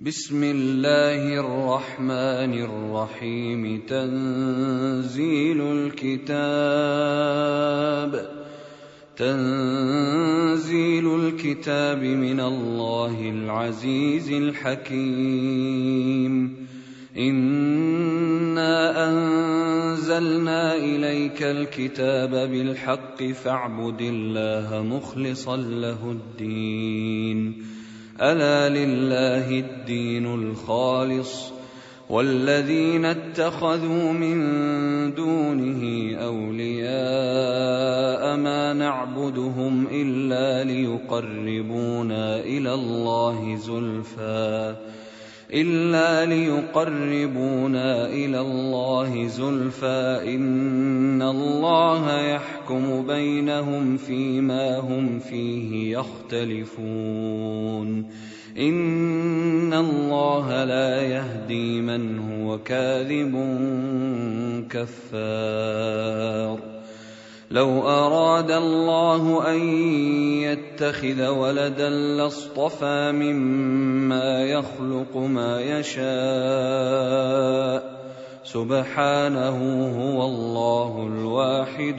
بسم الله الرحمن الرحيم. تنزيل الكتاب من الله العزيز الحكيم. إنا أنزلنا إليك الكتاب بالحق فاعبد الله مخلصا له الدين. ألا لله الدين الخالص والذين اتخذوا من دونه أولياء ما نعبدهم إلا ليقربونا إلى الله زلفى إن الله يحكم بينهم فيما هم فيه يختلفون. إن الله لا يهدي من هو كاذب كفار. لو أراد الله أن يتخذ ولدا لاصطفى مما يخلق ما يشاء سبحانه هو الله الواحد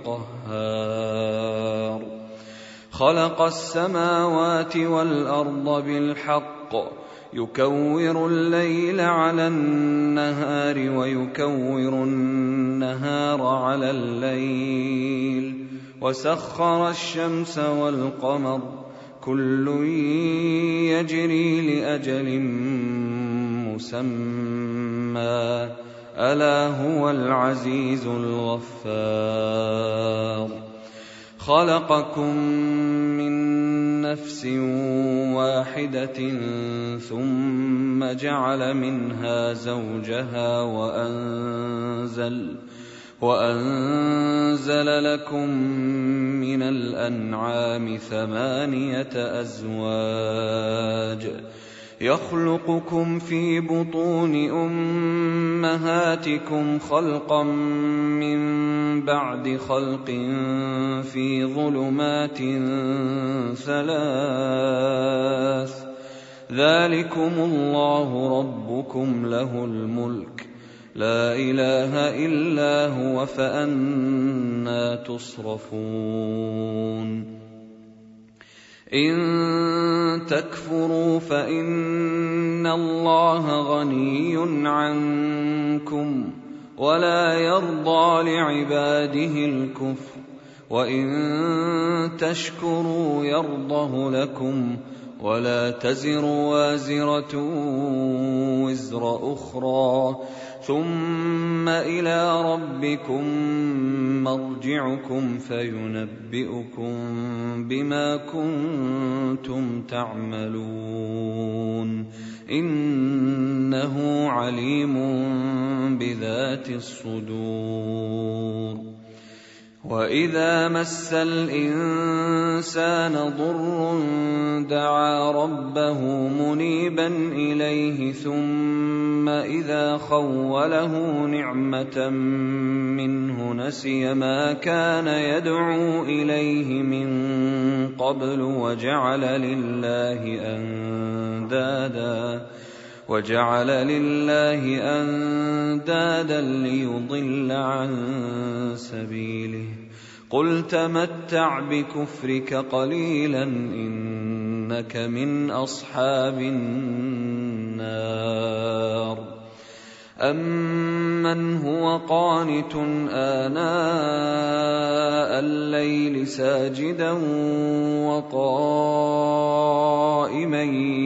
القهار. خلق السماوات والأرض بالحق يكور الليل على النهار ويكور النهار على الليل وسخر الشمس والقمر كل يجري لأجل مسمى ألا هو العزيز الغفار. خلقكم من نفس واحدة ثم جعل منها زوجها وأنزل لكم من الأنعام 8 أزواج يخلقكم في بطون أمهاتكم خلقا من بعد خلق في ظلمات 3 ذلكم الله ربكم له الملك لا إله إلا هو فأنى تصرفون. إن تكفروا فإن الله غني عنكم ولا يرضى لعباده الكفر وإن تشكروا يرضه لكم ولا تزر وازرة وزر أخرى ثم إلى ربكم مرجعكم فينبئكم بما كنتم تعملون إنه عليم بذات الصدور. وإذا مس الإنسان ضر دعا ربه منيبا إليه ثم إذا خوله نعمة منه نسي ما كان يدعو إليه من قبل وجعل لله أندادا ليضل عن سبيله. قل تمتع بكفرك قليلا إنك من أصحاب النار. أمن هو قانت آناء الليل ساجدا وقائما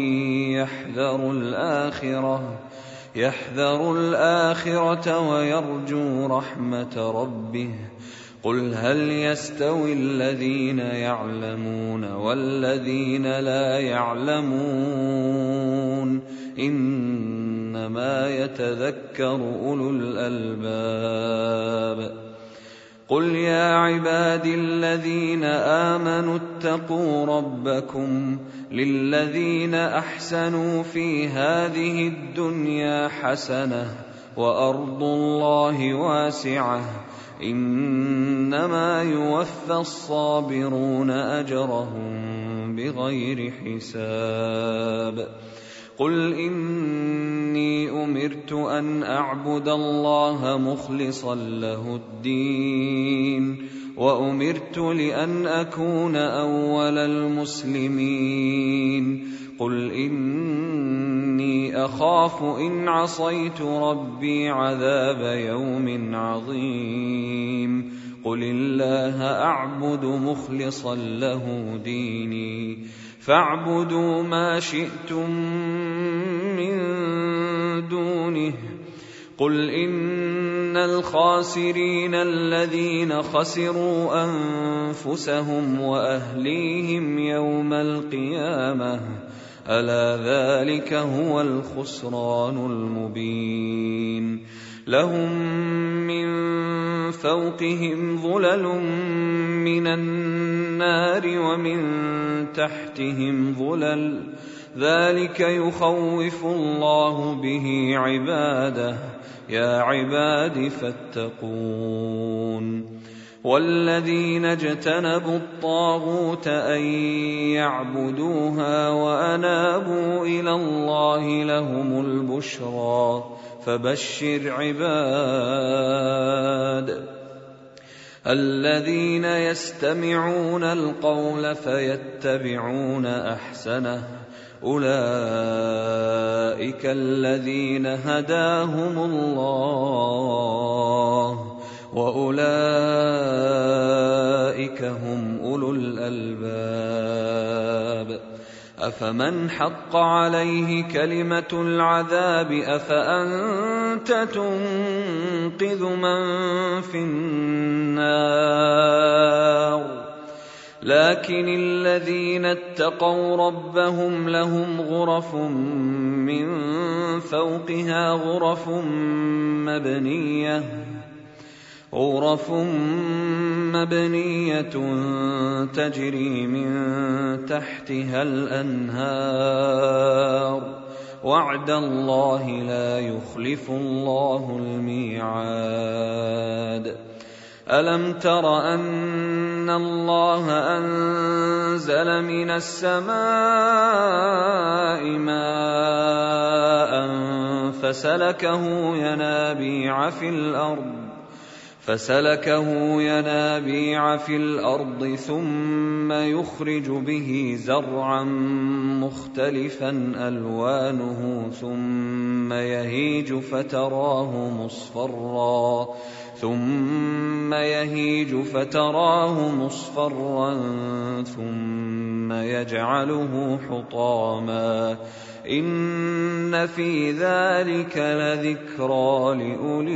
يحذر الآخرة ويرجو رحمة ربه. قل هل يستوي الذين يعلمون والذين لا يعلمون إنما يتذكر أولو الألباب. قل يا عبادي الذين آمنوا اتقوا ربكم للذين أحسنوا في هذه الدنيا حسنة وأرض الله واسعة إنما يوفى الصابرون أجرهم بغير حساب. قل إني أمرت أن أعبد الله مخلصا له الدين وأمرت لأن أكون أول المسلمين قل إني أخاف إن عصيت ربي عذاب يوم عظيم قل الله أعبد مخلصا له ديني فاعبدوا ما شئتم من دونه قل إن الخاسرين الذين خسروا أنفسهم وأهليهم يوم القيامة ألا ذلك هو الخسران المبين لهم من فوقهم ظلل من النار ومن تحتهم ظلل ذلك يخوف الله به عباده يا عباد فاتقون والذين اجتنبوا الطاغوت أن يعبدوها وأنابوا إلى الله لهم البشرى فبشر عباد الذين يستمعون القول فيتبعون أحسنه أولئك الذين هداهم الله وأولئك هم أولو الألباب أفمن حق عليه كلمة العذاب أفأنت تنقذ من في النار لكن الذين اتقوا ربهم لهم غرف من فوقها غرف مبنية تجري من تحتها الأنهار وعد الله لا يخلف الله الميعاد ألم تر أن الله أنزل من السماء ماء فسلكه ينابيع في الأرض ثم يخرج به زرعا مختلفا ألوانه ثم يهيج فتراه مصفرا ثم يجعله حطاما إن في ذلك لذكرى لأولي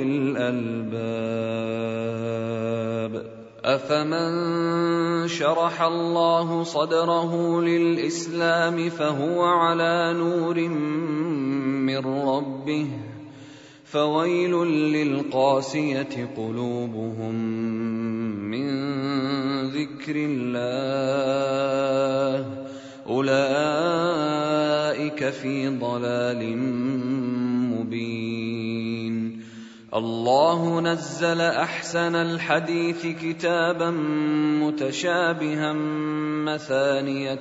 الألباب أفمن شرح الله صدره للإسلام فهو على نور من ربه فويل للقاسية قلوبهم من ذكر الله أولئك في ضلال مبين الله نزل أحسن الحديث كتابا متشابها مثانية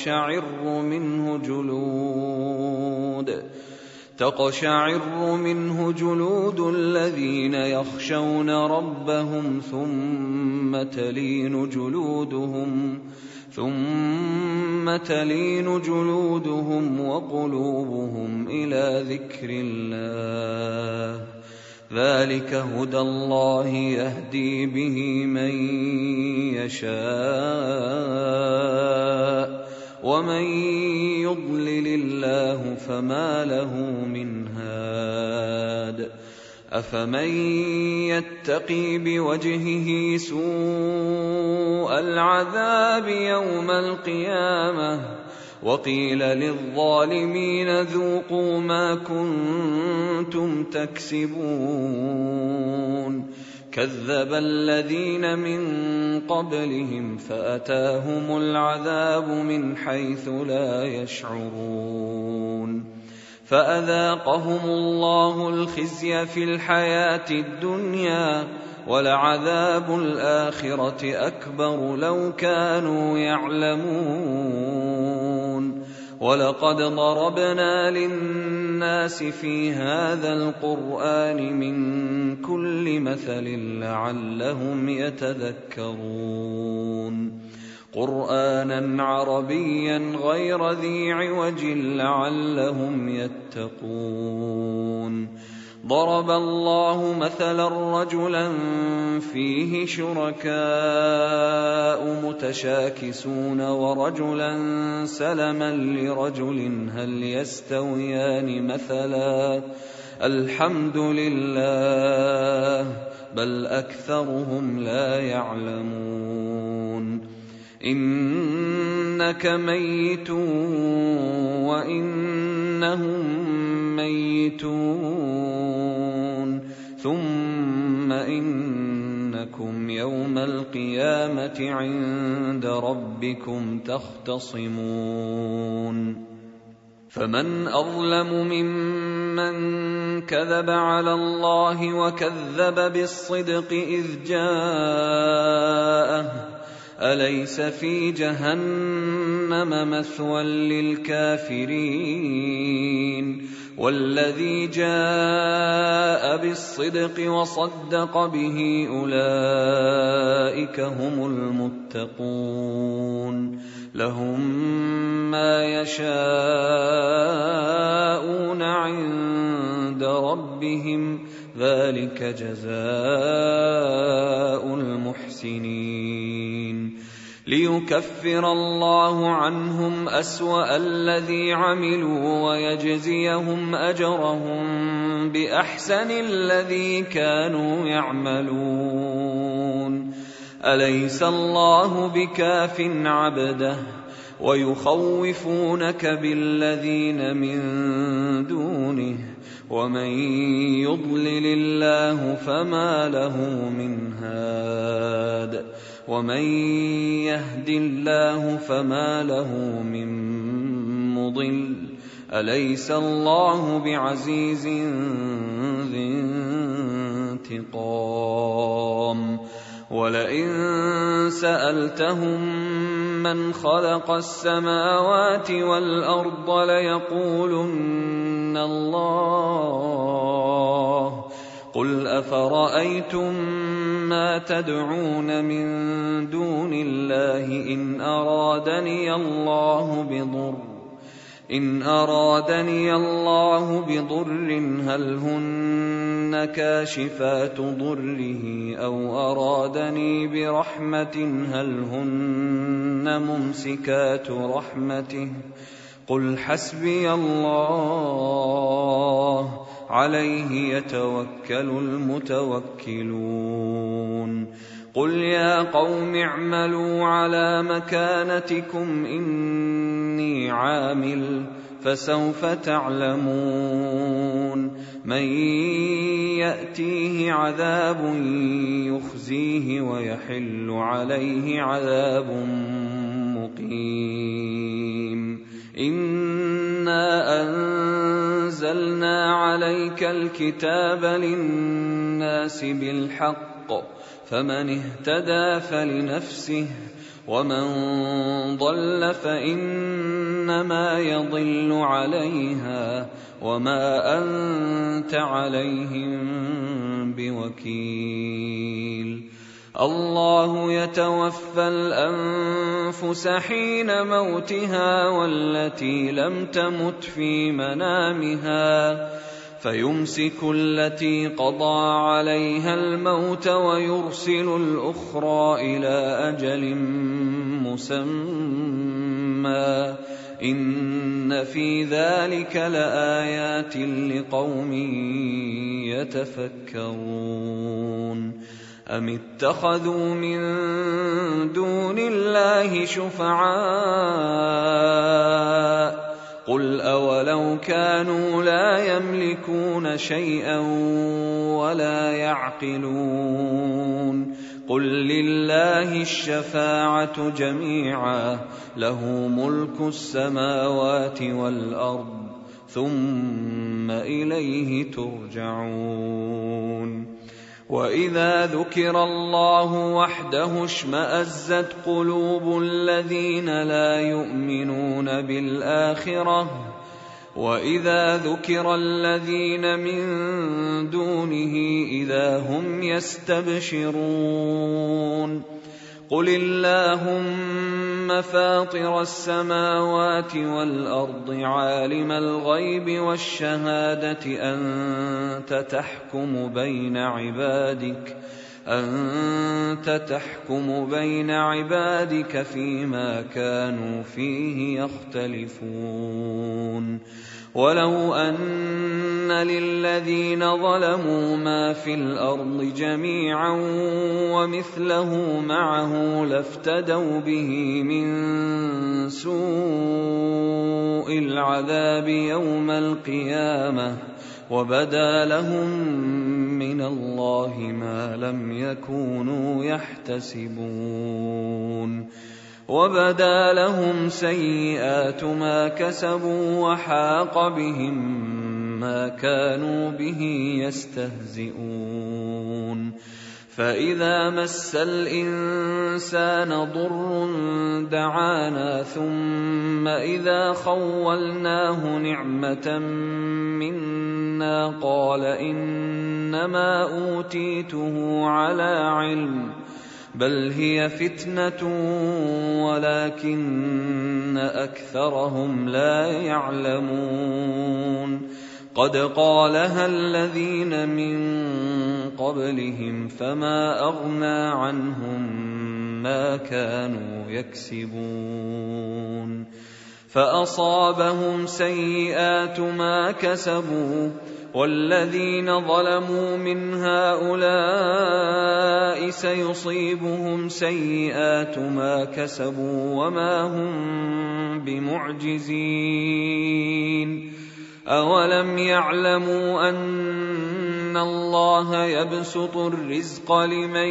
تقشعر منه جلود الذين يخشون ربهم ثم تلين جلودهم وقلوبهم إلى ذكر الله ذلك هدى الله يهدي به من يشاء ومن يضلل الله فما له من هاد أفمن يتقي بوجهه سوء العذاب يوم القيامة وقيل للظالمين ذوقوا ما كنتم تكسبون كذب الذين من قبلهم فأتاهم العذاب من حيث لا يشعرون فأذاقهم الله الخزي في الحياة الدنيا ولعذاب الآخرة أكبر لو كانوا يعلمون ولقد ضربنا للناس في هذا القرآن من كل مثل لعلهم يتذكرون قرآنا عربيا غير ذي عوج لعلهم يتقون ضرب الله مثلا رجلا فيه شركاء متشاكسون ورجلا سلما لرجل هل يستويان مثلا الحمد لله بل أكثرهم لا يعلمون إنك ميت وإنهم ميتون ثم إنكم يوم القيامة عند ربكم تختصمون فمن أظلم ممن كذب على الله وكذب بالصدق إذ جاءه أليس في جهنم مثوى للكافرين والذي جاء بالصدق وصدق به أولئك هم المتقون لهم ما يشاءون عند ربهم ذلك جزاء المحسنين ليكفر الله عنهم أسوأ الذي عملوا ويجزيهم أجرهم بأحسن الذي كانوا يعملون أليس الله بكاف عبده ويخوفونك بالذين من دونه ومن يضلل الله فما له من هاد ومن يهد الله فما له من مضل أليس الله بعزيز ذي انتقام ولئن سألتهم من خلق السماوات والأرض ليقولن الله قل أفرأيتم ما تدعون من دون الله إن أرادني الله بضر هل هن كاشفات ضره أو أرادني برحمة هل هن ممسكات رحمته قل حسبي الله عليه يتوكل المتوكلون قل يا قوم اعملوا على مكانتكم إني عامل فسوف تعلمون من يأتيه عذاب يخزيه ويحل عليه عذاب مقيم إنا أنزلنا عليك الكتاب للناس بالحق فمن اهتدى فلنفسه ومن ضل فإنما يضل عليها وما أنت عليهم بوكيل الله يتوفى الأنفس حين موتها والتي لم تمت في منامها فيمسك التي قضى عليها الموت ويرسل الأخرى إلى أجل مسمى إن في ذلك لآيات لقوم يتفكرون أم اتخذوا من دون الله شفعاء قل أولو كانوا لا يملكون شيئا ولا يعقلون قل لله الشفاعة جميعا له ملك السماوات والأرض ثم إليه ترجعون وإذا ذكر الله وحده اشمأزت قلوب الذين لا يؤمنون بالآخرة وإذا ذكر الذين من دونه إذا هم يستبشرون قل اللهم فاطر السماوات والأرض عالم الغيب والشهادة أنت تحكم بين عبادك فيما كانوا فيه يختلفون ولو أن للذين ظلموا ما في الأرض جميعا ومثله معه لافتدوا به من سوء العذاب يوم القيامة وبدا لهم من الله ما لم يكونوا يحتسبون وبدا لهم سيئات ما كسبوا وحاق بهم ما كانوا به يستهزئون فإذا مس الإنسان ضر دعانا ثم إذا خولناه نعمة منا قال إنما أوتيته على علم بل هي فتنة ولكن أكثرهم لا يعلمون قد قالها الذين من قبلهم فما أغنى عنهم ما كانوا يكسبون فأصابهم سيئات ما كسبوا والذين ظلموا من هؤلاء سيصيبهم سيئات ما كسبوا وما هم بمعجزين أولم يعلموا أن الله يبسط الرزق لمن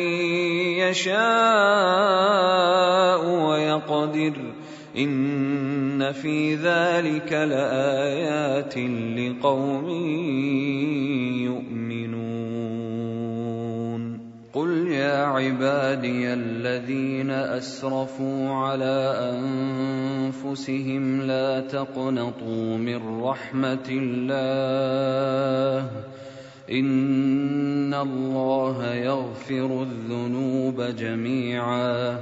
يشاء ويقدر إن في ذلك لآيات لقوم يؤمنون قل يا عبادي الذين أسرفوا على أنفسهم لا تقنطوا من رحمة الله إن الله يغفر الذنوب جميعا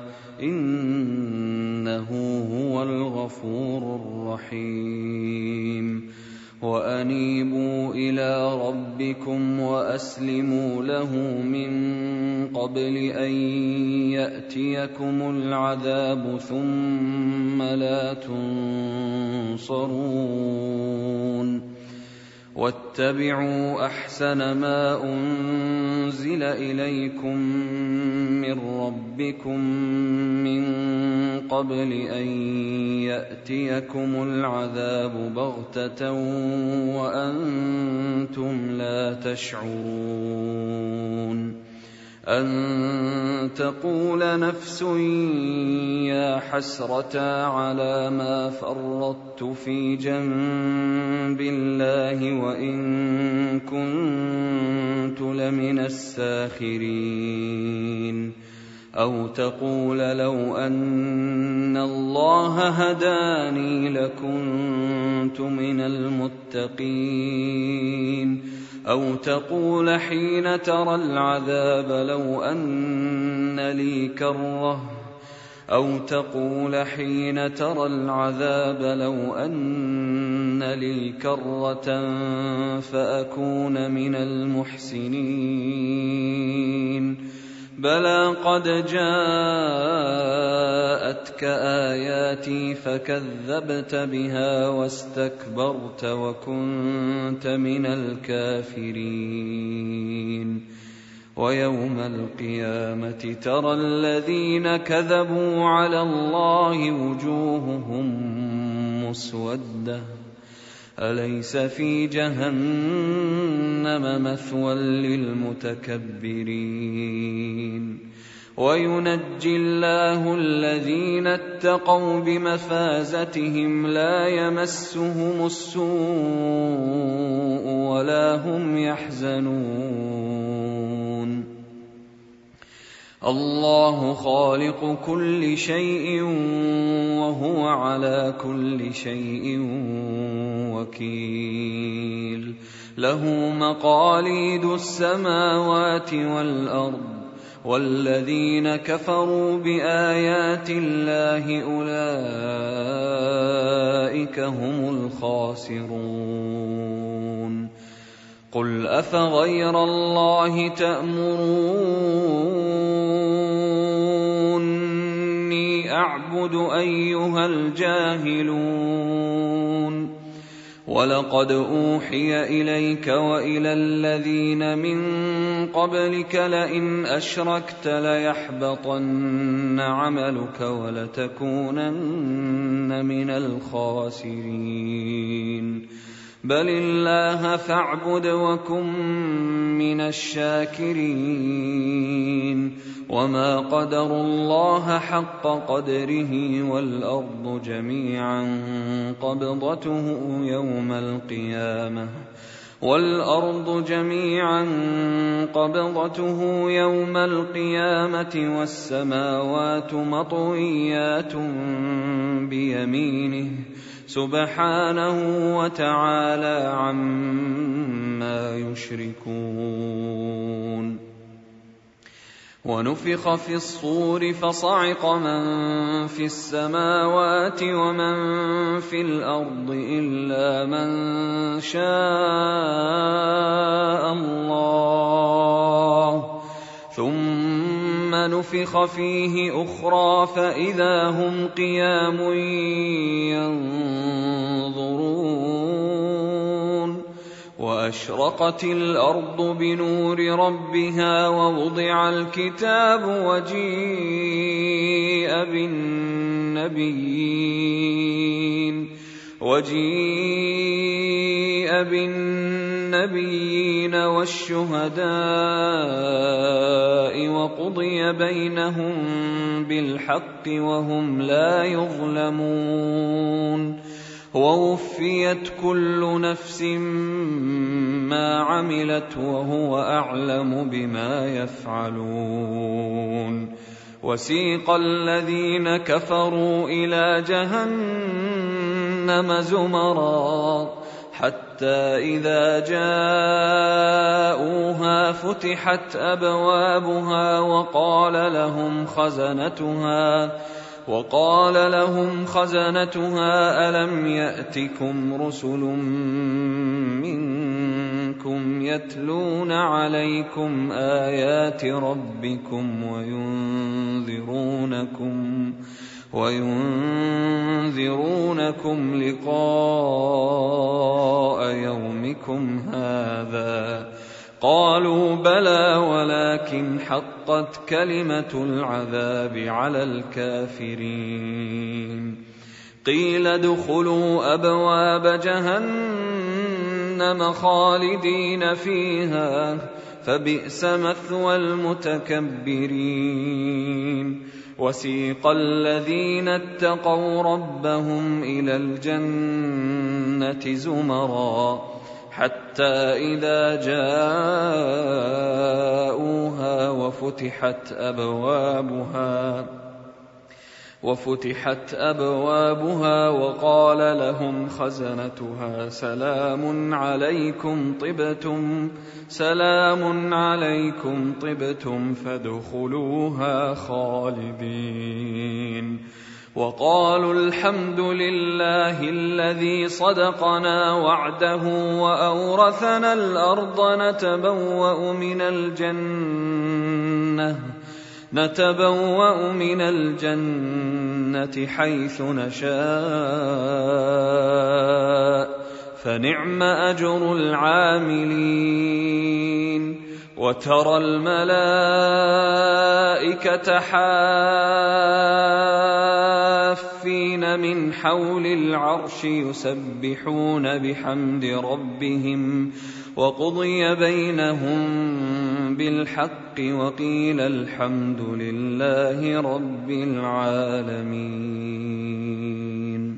إنه هو الغفور الرحيم وأنيبوا إلى ربكم وأسلموا له من قبل أن يأتيكم العذاب ثم لا تنصرون واتبعوا أحسن ما أنزل إليكم من ربكم من قبل أن يأتيكم العذاب بغتة وأنتم لا تشعرون أن تقول نفس يا حسرة على ما فرطت في جنب الله وإن كنت لمن الساخرين أو تقول لو أن الله هداني لكنت من المتقين أو تقول حين ترى العذاب لو أن لي كرة فأكون من المحسنين بلى قد جاءتك آياتي فكذبت بها واستكبرت وكنت من الكافرين ويوم القيامة ترى الذين كذبوا على الله وجوههم مسودة أليس في جهنم مثوى للمتكبرين وينجي الله الذين اتقوا بمفازتهم لا يمسهم السوء ولا هم يحزنون الله خالق كل شيء وهو على كل شيء وكيل. له مقاليد السماوات والأرض والذين كفروا بآيات الله أولئك هم الخاسرون. قل أفغير الله تأمروني أعبد أيها الجاهلون؟ ولقد أوحي إليك وإلى الذين من قبلك لئن أشركت ليحبطن عملك ولتكونن من الخاسرين. بل الله فاعبد وكن من الشاكرين. وما قدروا الله حق قدره والأرض جميعا قبضته يوم القيامة والسماوات مطويات بيمينه سبحانه وتعالى عما يشركون. ونفخ في الصور فصعق من في السماوات ومن في الأرض إلا من شاء الله، ثم نفخ فيه أخرى فإذا هم قيام ينظرون. وأشرقت الأرض بنور ربها ووضع الكتاب وجيء بالنبيين والشهداء وقضي بينهم بالحق وهم لا يظلمون. ووفيت كل نفس ما عملت وهو أعلم بما يفعلون. وسيق الذين كفروا إلى جهنم زمرا حتى إذا جاءوها فتحت أبوابها وقال لهم خزنتها ألم يأتكم رسل منكم يتلون عليكم آيات ربكم وينذرونكم لقاء يومكم هذا؟ قالوا بلى ولكن حقت كلمة العذاب على الكافرين. قيل ادخلوا أبواب جهنم خالدين فيها فبئس مثوى المتكبرين. وسيق الذين اتقوا ربهم إلى الجنة زمرا حتى إذا جاءوها وفتحت أبوابها وقال لهم خزنتها سلام عليكم طبتم فادخلوها خالدين. وقالوا الحمد لله الذي صدقنا وعده وأورثنا الأرض نتبوأ من الجنة حيث نشاء فنعم أجر العاملين. وترى الملائكة حافين من حول العرش يسبحون بحمد ربهم وقضي بينهم بالحق وقيل الحمد لله رب العالمين.